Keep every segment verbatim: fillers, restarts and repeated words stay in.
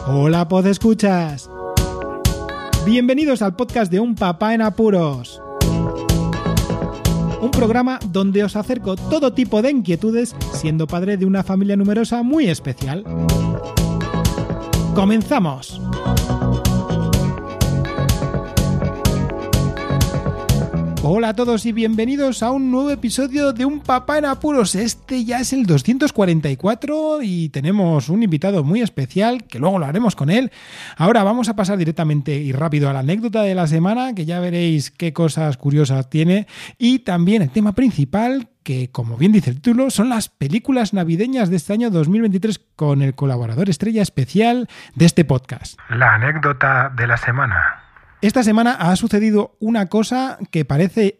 Hola, podescuchas. Bienvenidos al podcast de Un Papá en Apuros. Un programa donde os acerco todo tipo de inquietudes siendo padre de una familia numerosa muy especial. ¡Comenzamos! Hola a todos y bienvenidos a un nuevo episodio de Un Papá en Apuros. Este ya es el doscientos cuarenta y cuatro y tenemos un invitado muy especial que luego lo haremos con él. Ahora vamos a pasar directamente y rápido a la anécdota de la semana, que ya veréis qué cosas curiosas tiene, y también el tema principal, que como bien dice el título, son las películas navideñas de este año dos mil veintitrés con el colaborador estrella especial de este podcast. La anécdota de la semana. Esta semana ha sucedido una cosa que parece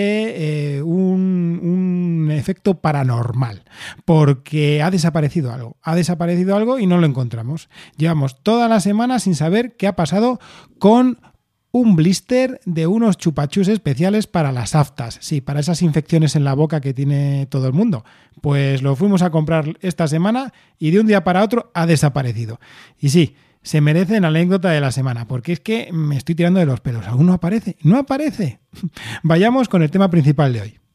de eh, un, un efecto paranormal, porque ha desaparecido algo, ha desaparecido algo y no lo encontramos. Llevamos toda la semana sin saber qué ha pasado con un blister de unos chupachus especiales para las aftas, sí, para esas infecciones en la boca que tiene todo el mundo. Pues lo fuimos a comprar esta semana y de un día para otro ha desaparecido. Y sí, se merecen la anécdota de la semana, porque es que me estoy tirando de los pelos. ¿Aún no aparece? ¡No aparece! Vayamos con el tema principal de hoy.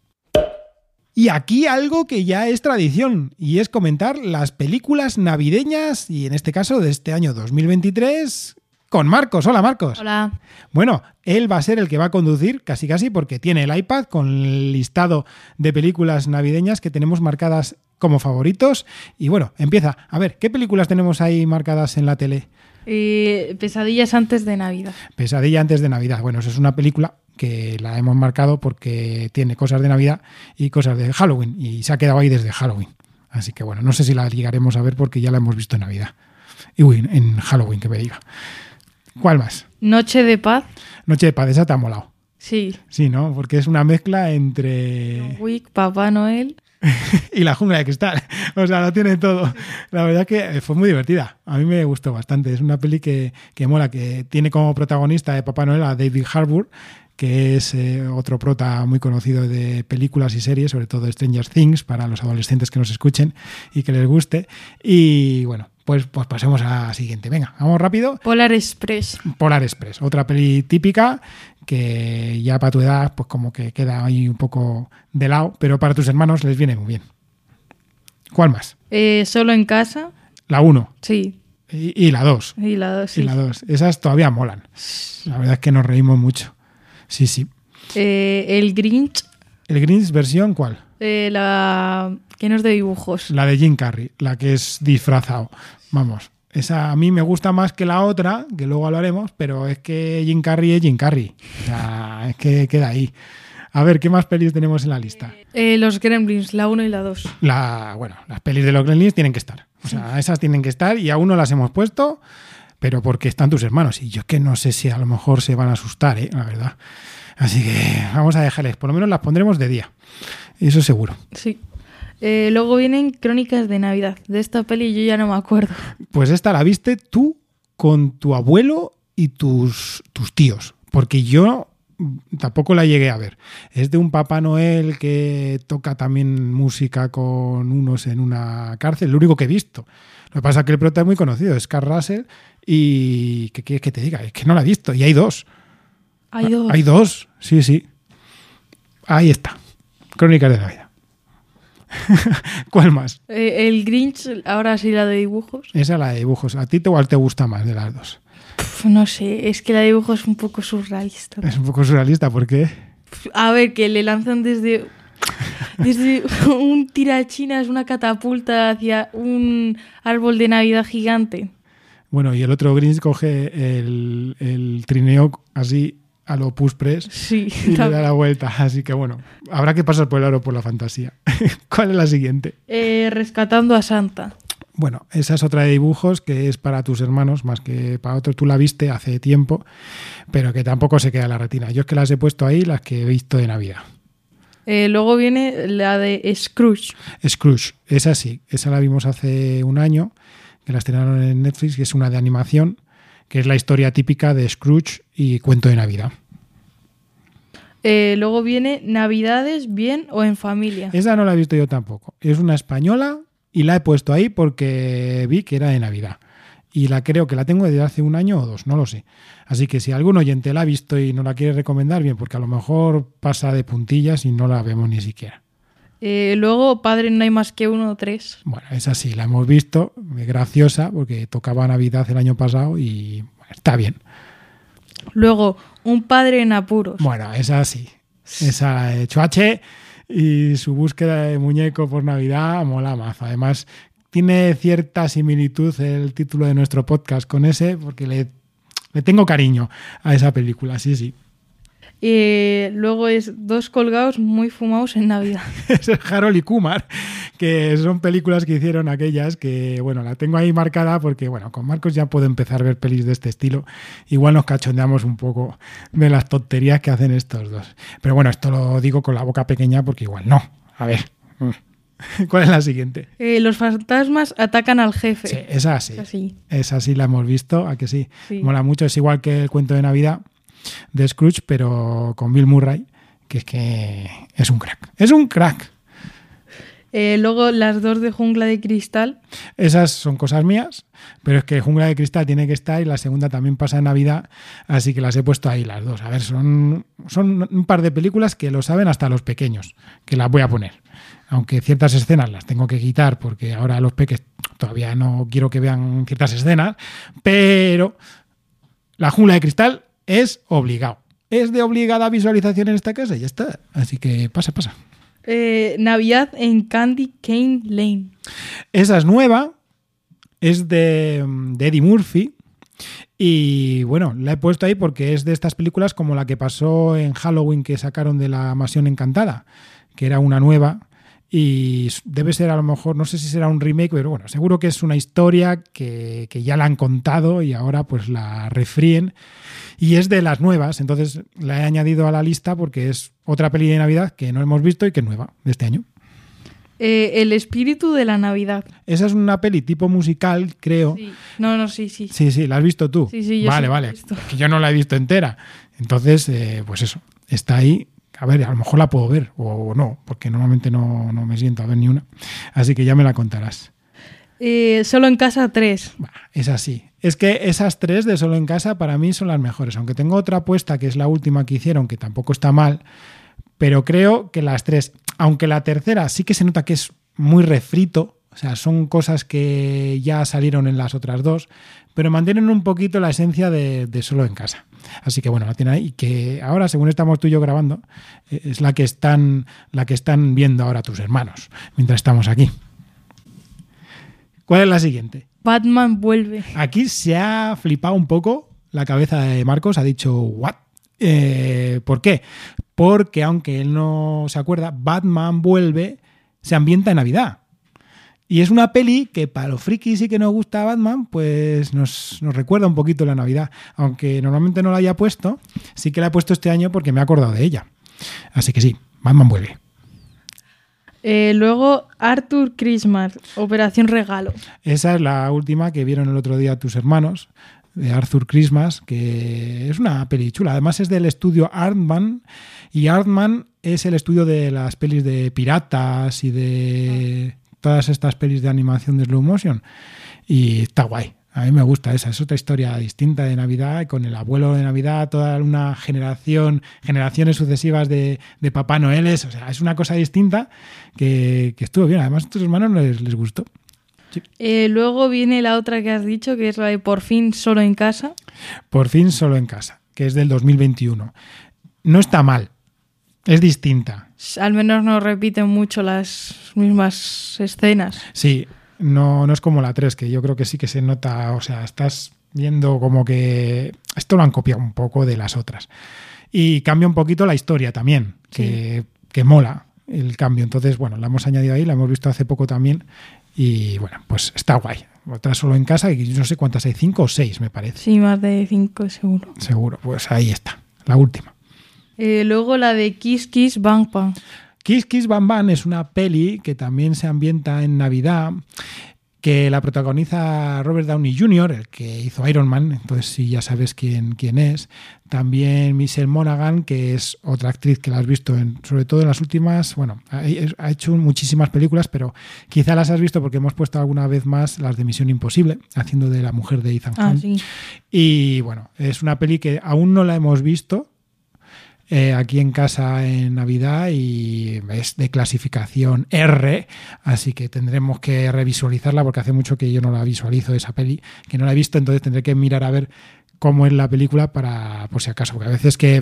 Y aquí algo que ya es tradición, y es comentar las películas navideñas, y en este caso de este año dos mil veintitrés, con Marcos. Hola, Marcos. Hola. Bueno, él va a ser el que va a conducir, casi casi, porque tiene el iPad con el listado de películas navideñas que tenemos marcadas como favoritos. Y bueno, empieza. A ver, ¿qué películas tenemos ahí marcadas en la tele? Eh, Pesadillas antes de Navidad. Pesadilla antes de Navidad. Bueno, eso es una película que la hemos marcado porque tiene cosas de Navidad y cosas de Halloween. Y se ha quedado ahí desde Halloween. Así que bueno, no sé si la llegaremos a ver porque ya la hemos visto en Navidad. Y uy, en Halloween, que me diga. ¿Cuál más? Noche de Paz. Noche de Paz, esa te ha molado. Sí. Sí, ¿no? Porque es una mezcla entre... John Wick, Papá Noel... y La Jungla de Cristal. O sea, lo tiene todo. La verdad es que fue muy divertida. A mí me gustó bastante. Es una peli que, que mola, que tiene como protagonista de Papá Noel a David Harbour, que es eh, otro prota muy conocido de películas y series, sobre todo Stranger Things, para los adolescentes que nos escuchen y que les guste. Y bueno, pues, pues pasemos a la siguiente. Venga, vamos rápido. Polar Express. Polar Express, otra peli típica que ya para tu edad pues como que queda ahí un poco de lado, pero para tus hermanos les viene muy bien. ¿Cuál más? Eh, Solo en casa. La uno. Sí. Y, y la dos. Y la dos, sí. Y la dos. Esas todavía molan. La verdad es que nos reímos mucho. Sí, sí. Eh, el Grinch. ¿El Grinch versión cuál? Eh, la que no es de dibujos. La de Jim Carrey, la que es disfrazado. Vamos, esa a mí me gusta más que la otra, que luego hablaremos, pero es que Jim Carrey es Jim Carrey. O sea, es que queda ahí. A ver, ¿qué más pelis tenemos en la lista? Eh, los Gremlins, la uno y la dos. La, bueno, las pelis de los Gremlins tienen que estar. O sea, esas tienen que estar y aún no las hemos puesto, pero porque están tus hermanos. Y yo es que no sé si a lo mejor se van a asustar, ¿eh? La verdad. Así que vamos a dejarles. Por lo menos las pondremos de día. Eso seguro. Sí. Eh, luego vienen Crónicas de Navidad. De esta peli yo ya no me acuerdo. Pues esta la viste tú con tu abuelo y tus, tus tíos. Porque yo tampoco la llegué a ver. Es de un Papá Noel que toca también música con unos en una cárcel. Lo único que he visto. Lo que pasa es que el prota es muy conocido. Es Kurt Russell. Y ¿qué quieres que te diga? Es que no la he visto. Y hay dos. Hay dos. Hay dos. Sí, sí. Ahí está. Crónicas de Navidad. ¿Cuál más? Eh, el Grinch, ahora sí la de dibujos. Esa la de dibujos. ¿A ti te, igual te gusta más de las dos? Puf, no sé, es que la de dibujos es un poco surrealista. Es un poco surrealista, ¿por qué? A ver, que le lanzan desde, desde un tirachinas, una catapulta hacia un árbol de Navidad gigante. Bueno, y el otro Grinch coge el, el trineo así a lo Push Press sí, y le da la vuelta. Así que bueno, habrá que pasar por el aro por la fantasía. ¿Cuál es la siguiente? Eh, Rescatando a Santa. Bueno, esa es otra de dibujos que es para tus hermanos más que para otros. Tú la viste hace tiempo, pero que tampoco se queda en la retina. Yo es que las he puesto ahí, las que he visto de Navidad. Eh, luego viene la de Scrooge. Scrooge, esa sí, esa la vimos hace un año, que la estrenaron en Netflix, que es una de animación, que es la historia típica de Scrooge y cuento de Navidad. Eh, luego viene Navidades, bien o en familia. Esa no la he visto yo tampoco. Es una española y la he puesto ahí porque vi que era de Navidad. y la creo que la tengo desde hace un año o dos, no lo sé. Así que si algún oyente la ha visto y no la quiere recomendar, bien, porque a lo mejor pasa de puntillas y no la vemos ni siquiera. Eh, luego, Padre no hay más que uno, tres. Bueno, esa sí, la hemos visto, graciosa, porque tocaba Navidad el año pasado y bueno, está bien. Luego, Un padre en apuros. Bueno, esa sí, esa de Choache y su búsqueda de muñeco por Navidad mola mazo. Además, tiene cierta similitud el título de nuestro podcast con ese, porque le, le tengo cariño a esa película, sí, sí. Eh, luego es Dos colgados muy fumados en Navidad. Es el Harold y Kumar, que son películas que hicieron aquellas que, bueno, la tengo ahí marcada porque, bueno, con Marcos ya puedo empezar a ver pelis de este estilo. Igual nos cachondeamos un poco de las tonterías que hacen estos dos. Pero bueno, esto lo digo con la boca pequeña porque igual no. A ver, ¿cuál es la siguiente? Eh, los fantasmas atacan al jefe. Sí, esa sí. Así. Esa sí la hemos visto, ¿a que sí? Sí. Mola mucho, es igual que el cuento de Navidad de Scrooge, pero con Bill Murray, que es que es un crack. ¡Es un crack! Eh, luego las dos de Jungla de Cristal. Esas son cosas mías, pero es que Jungla de Cristal tiene que estar y la segunda también pasa en Navidad, así que las he puesto ahí las dos. A ver, son, son un par de películas que lo saben hasta los pequeños, que las voy a poner. Aunque ciertas escenas las tengo que quitar porque ahora los peques todavía no quiero que vean ciertas escenas, pero la Jungla de Cristal es obligado. Es de obligada visualización en esta casa y ya está. Así que pasa, pasa. Eh, Navidad en Candy Cane Lane. Esa es nueva. Es de, de Eddie Murphy. Y bueno, la he puesto ahí porque es de estas películas como la que pasó en Halloween que sacaron de la Mansión Encantada, que era una nueva. Y debe ser a lo mejor, no sé si será un remake, pero bueno, seguro que es una historia que, que ya la han contado y ahora pues la refríen. Y es de las nuevas, entonces la he añadido a la lista porque es otra peli de Navidad que no hemos visto y que es nueva de este año. Eh, el espíritu de la Navidad. Esa es una peli tipo musical, creo. Sí. No, no, sí, sí. Sí, sí, ¿la has visto tú? Sí, sí, yo Vale, sí la he vale. visto. Que yo no la he visto entera. Entonces, eh, pues eso, está ahí. A ver, a lo mejor la puedo ver o no, porque normalmente no, no me siento a ver ni una. Así que ya me la contarás. Eh, Solo en casa tres. Bah, es así. Es que esas tres de Solo en Casa para mí son las mejores. Aunque tengo otra apuesta que es la última que hicieron, que tampoco está mal, pero creo que las tres, aunque la tercera sí que se nota que es muy refrito, o sea, son cosas que ya salieron en las otras dos, pero mantienen un poquito la esencia de, de Solo en Casa. Así que bueno, la tienen ahí y que ahora, según estamos tú y yo grabando, es la que están, la que están viendo ahora tus hermanos mientras estamos aquí. ¿Cuál es la siguiente? Batman vuelve. Aquí se ha flipado un poco la cabeza de Marcos, ha dicho ¿what? Eh, ¿Por qué? Porque aunque él no se acuerda, Batman vuelve, se ambienta en Navidad. Y es una peli que para los frikis y que nos gusta Batman, pues nos, nos recuerda un poquito la Navidad. Aunque normalmente no la haya puesto, sí que la he puesto este año porque me he acordado de ella. Así que sí, Batman vuelve. Eh, luego Arthur Christmas, Operación Regalo. Esa es la última que vieron el otro día tus hermanos, de Arthur Christmas, que es una peli chula. Además es del estudio Aardman, y Aardman es el estudio de las pelis de piratas y de todas estas pelis de animación de slow motion. Y está guay. A mí me gusta esa. Es otra historia distinta de Navidad, con el abuelo de Navidad, toda una generación, generaciones sucesivas de, de Papá Noeles. O sea, es una cosa distinta que, que estuvo bien. Además a tus hermanos les, les gustó. Sí. Eh, luego viene la otra que has dicho, que es la de Por fin Solo en Casa. Por fin Solo en Casa, que es del dos mil veintiuno. No está mal, es distinta. Al menos no repiten mucho las mismas escenas. Sí, no, no es como la tres, que yo creo que sí que se nota, o sea, estás viendo como que esto lo han copiado un poco de las otras. Y cambia un poquito la historia también, que, sí. que mola el cambio. Entonces, bueno, la hemos añadido ahí, la hemos visto hace poco también. Y bueno, pues está guay. Otra Solo en Casa, y no sé cuántas hay, cinco o seis me parece. Sí, más de cinco seguro. Seguro, pues ahí está, la última. Eh, luego la de Kiss Kiss Bang Bang. Kiss Kiss Bang Bang es una peli que también se ambienta en Navidad, que la protagoniza Robert Downey junior, el que hizo Iron Man, entonces sí ya sabes quién, quién es. También Michelle Monaghan, que es otra actriz que la has visto, en, sobre todo en las últimas, bueno, ha, ha hecho muchísimas películas, pero quizá las has visto porque hemos puesto alguna vez más las de Misión Imposible, haciendo de la mujer de Ethan Ah, Hunt. sí. Y bueno, es una peli que aún no la hemos visto, Eh, aquí en casa en Navidad, y es de clasificación R, así que tendremos que revisualizarla porque hace mucho que yo no la visualizo, esa peli, que no la he visto, entonces tendré que mirar a ver cómo es la película para, por si acaso, porque a veces que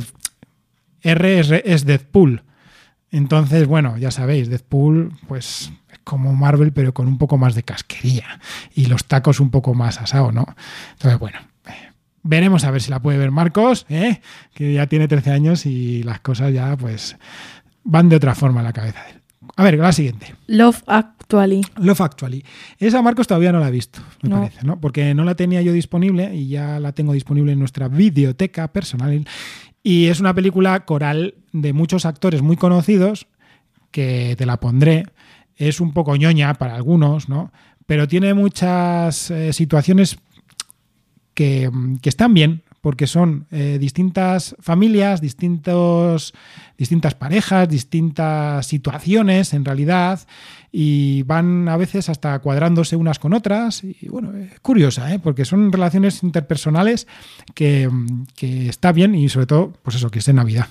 R es, es Deadpool, entonces bueno, ya sabéis, Deadpool pues es como Marvel pero con un poco más de casquería y los tacos un poco más asados, ¿no? Entonces bueno, veremos a ver si la puede ver Marcos, ¿eh? Que ya tiene trece años y las cosas ya pues van de otra forma en la cabeza de él. A ver, la siguiente. Love Actually. Love Actually. Esa Marcos todavía no la he visto, me No. parece, ¿no? Porque no la tenía yo disponible y ya la tengo disponible en nuestra videoteca personal. Y es una película coral de muchos actores muy conocidos, que te la pondré. Es un poco ñoña para algunos, ¿no? Pero tiene muchas eh, situaciones Que, que están bien, porque son eh, distintas familias, distintos, distintas parejas, distintas situaciones en realidad, y van a veces hasta cuadrándose unas con otras, y bueno, es curiosa, ¿eh? Porque son relaciones interpersonales que, que está bien, y sobre todo, pues eso, que es de Navidad.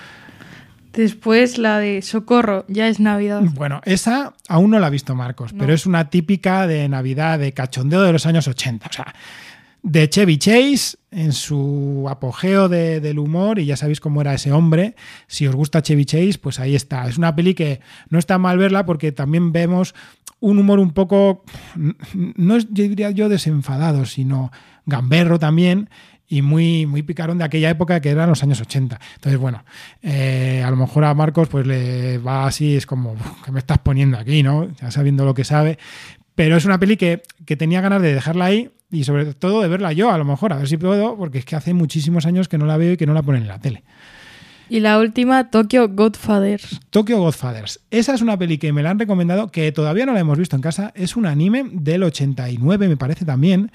Después la de Socorro, ya es Navidad. Bueno, esa aún no la ha visto Marcos, No. pero es una típica de Navidad, de cachondeo de los años ochenta, o sea, de Chevy Chase en su apogeo de, del humor, y ya sabéis cómo era ese hombre. Si os gusta Chevy Chase, pues ahí está. Es una peli que no está mal verla porque también vemos un humor un poco, no es, yo diría yo, desenfadado, sino gamberro también, y muy, muy picarón de aquella época que eran los años ochenta. Entonces, bueno, eh, a lo mejor a Marcos pues le va así, es como, ¿qué me estás poniendo aquí, no? Ya sabiendo lo que sabe. Pero es una peli que, que tenía ganas de dejarla ahí, y sobre todo de verla yo, a lo mejor, a ver si puedo, porque es que hace muchísimos años que no la veo y que no la ponen en la tele. Y la última, Tokyo Godfathers. Tokyo Godfathers. Esa es una peli que me la han recomendado, que todavía no la hemos visto en casa. Es un anime del ochenta y nueve, me parece también.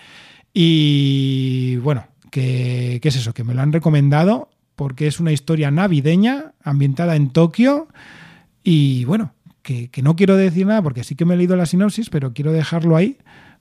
Y bueno, que, ¿qué es eso? Que me lo han recomendado porque es una historia navideña ambientada en Tokio. Y bueno, que, que no quiero decir nada porque sí que me he leído la sinopsis, pero quiero dejarlo ahí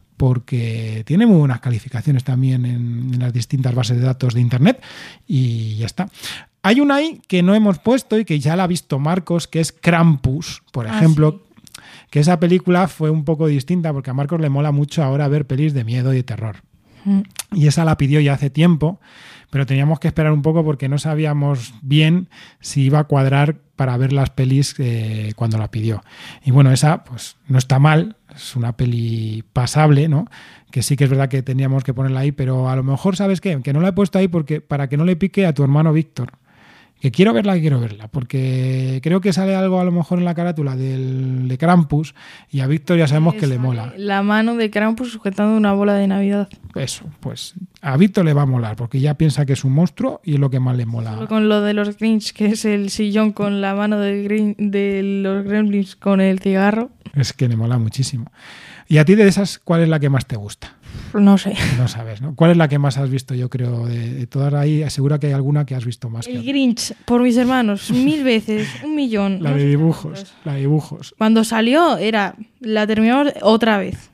porque tiene muy buenas calificaciones también en, en las distintas bases de datos de internet, y ya está. Hay una ahí que no hemos puesto y que ya la ha visto Marcos, que es Krampus, por ejemplo, Ah, sí. que esa película fue un poco distinta porque a Marcos le mola mucho ahora ver pelis de miedo y de terror. Mm. Y esa la pidió ya hace tiempo, pero teníamos que esperar un poco porque no sabíamos bien si iba a cuadrar para ver las pelis eh, cuando la pidió. Y bueno, esa pues no está mal, es una peli pasable, ¿no? Que sí que es verdad que teníamos que ponerla ahí, pero a lo mejor, ¿sabes qué? Que no la he puesto ahí porque para que no le pique a tu hermano Víctor. Que quiero verla, que quiero verla, porque creo que sale algo a lo mejor en la carátula del, de Krampus, y a Víctor ya sabemos que le mola. La mano de Krampus sujetando una bola de Navidad. Eso, pues a Víctor le va a molar, porque ya piensa que es un monstruo y es lo que más le mola. Solo con lo de los Grinch, que es el sillón con la mano de, Grin- de los Gremlins con el cigarro. Es que le mola muchísimo. ¿Y a ti de esas, cuál es la que más te gusta? No sé. No sabes, ¿no? ¿Cuál es la que más has visto, yo creo? De, de todas ahí, asegura que hay alguna que has visto más. El que otra. Grinch, por mis hermanos, mil veces, un millón. La no de sé dibujos, cuántos. la de dibujos. Cuando salió, era, la terminamos otra vez.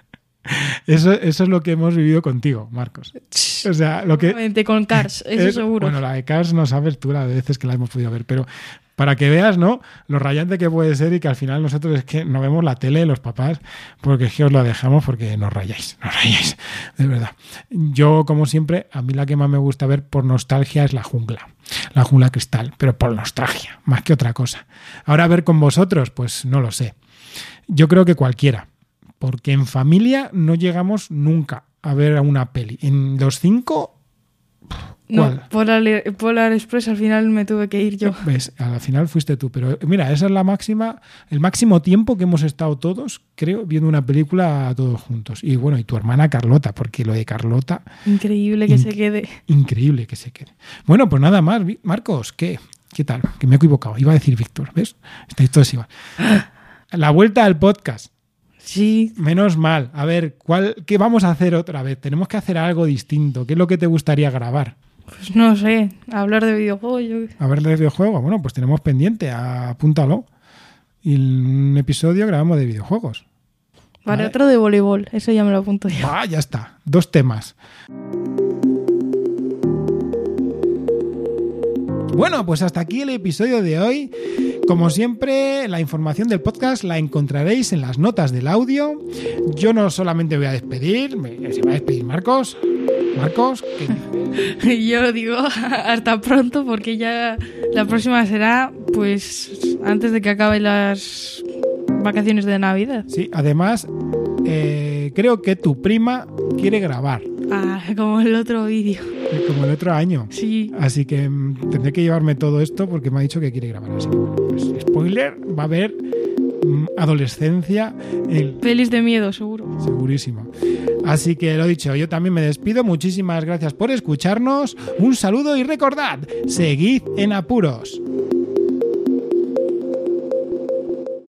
Eso, eso es lo que hemos vivido contigo, Marcos. O sea, lo que... Obviamente con Cars, eso es- seguro. Bueno, la de Cars no sabes tú las veces que la hemos podido ver, pero para que veas, ¿no? Lo rayante que puede ser, y que al final nosotros es que no vemos la tele, los papás, porque es que os lo dejamos porque nos rayáis, nos rayáis, de verdad. Yo, como siempre, a mí la que más me gusta ver por nostalgia es La Jungla, La Jungla Cristal, pero por nostalgia, más que otra cosa. Ahora, ver con vosotros, pues no lo sé. Yo creo que cualquiera, porque en familia no llegamos nunca a ver una peli. En los cinco... No, ¿Cuál? Polar, Polar Express al final me tuve que ir yo. ¿Ves? Al final fuiste tú, pero mira, esa es la máxima, el máximo tiempo que hemos estado todos, creo, viendo una película todos juntos. Y bueno, y tu hermana Carlota, porque lo de Carlota, Increíble que Inc- se quede. increíble que se quede. Bueno, pues nada más, Vi- Marcos, ¿qué? ¿Qué tal? Que me he equivocado, iba a decir Víctor, ¿ves? Estáis todos igual. La vuelta al podcast. Sí. Menos mal. A ver, ¿cuál, ¿qué vamos a hacer otra vez? Tenemos que hacer algo distinto. ¿Qué es lo que te gustaría grabar? Pues no sé, hablar de videojuegos. Yo... ¿Hablar de videojuegos? Bueno, pues tenemos pendiente, apúntalo. Y en un episodio grabamos de videojuegos. Vale, Vale, otro de voleibol, eso ya me lo apunto yo. Ah, ya está. Dos temas. Bueno, pues hasta aquí el episodio de hoy. Como siempre, la información del podcast la encontraréis en las notas del audio. Yo no solamente voy a despedir, me, se va a despedir Marcos. Marcos, ¿qué? Yo digo hasta pronto porque ya la próxima será pues antes de que acaben las vacaciones de Navidad. Sí, además, eh, creo que tu prima quiere grabar. Ah, como el otro vídeo. Como el otro año. Sí. Así que mm, tendré que llevarme todo esto porque me ha dicho que quiere grabar. Así que, pues, spoiler, va a haber mm, adolescencia. El... Pelis de miedo, seguro. Segurísimo. Así que lo dicho, yo también me despido. Muchísimas gracias por escucharnos. Un saludo y recordad, seguid en apuros.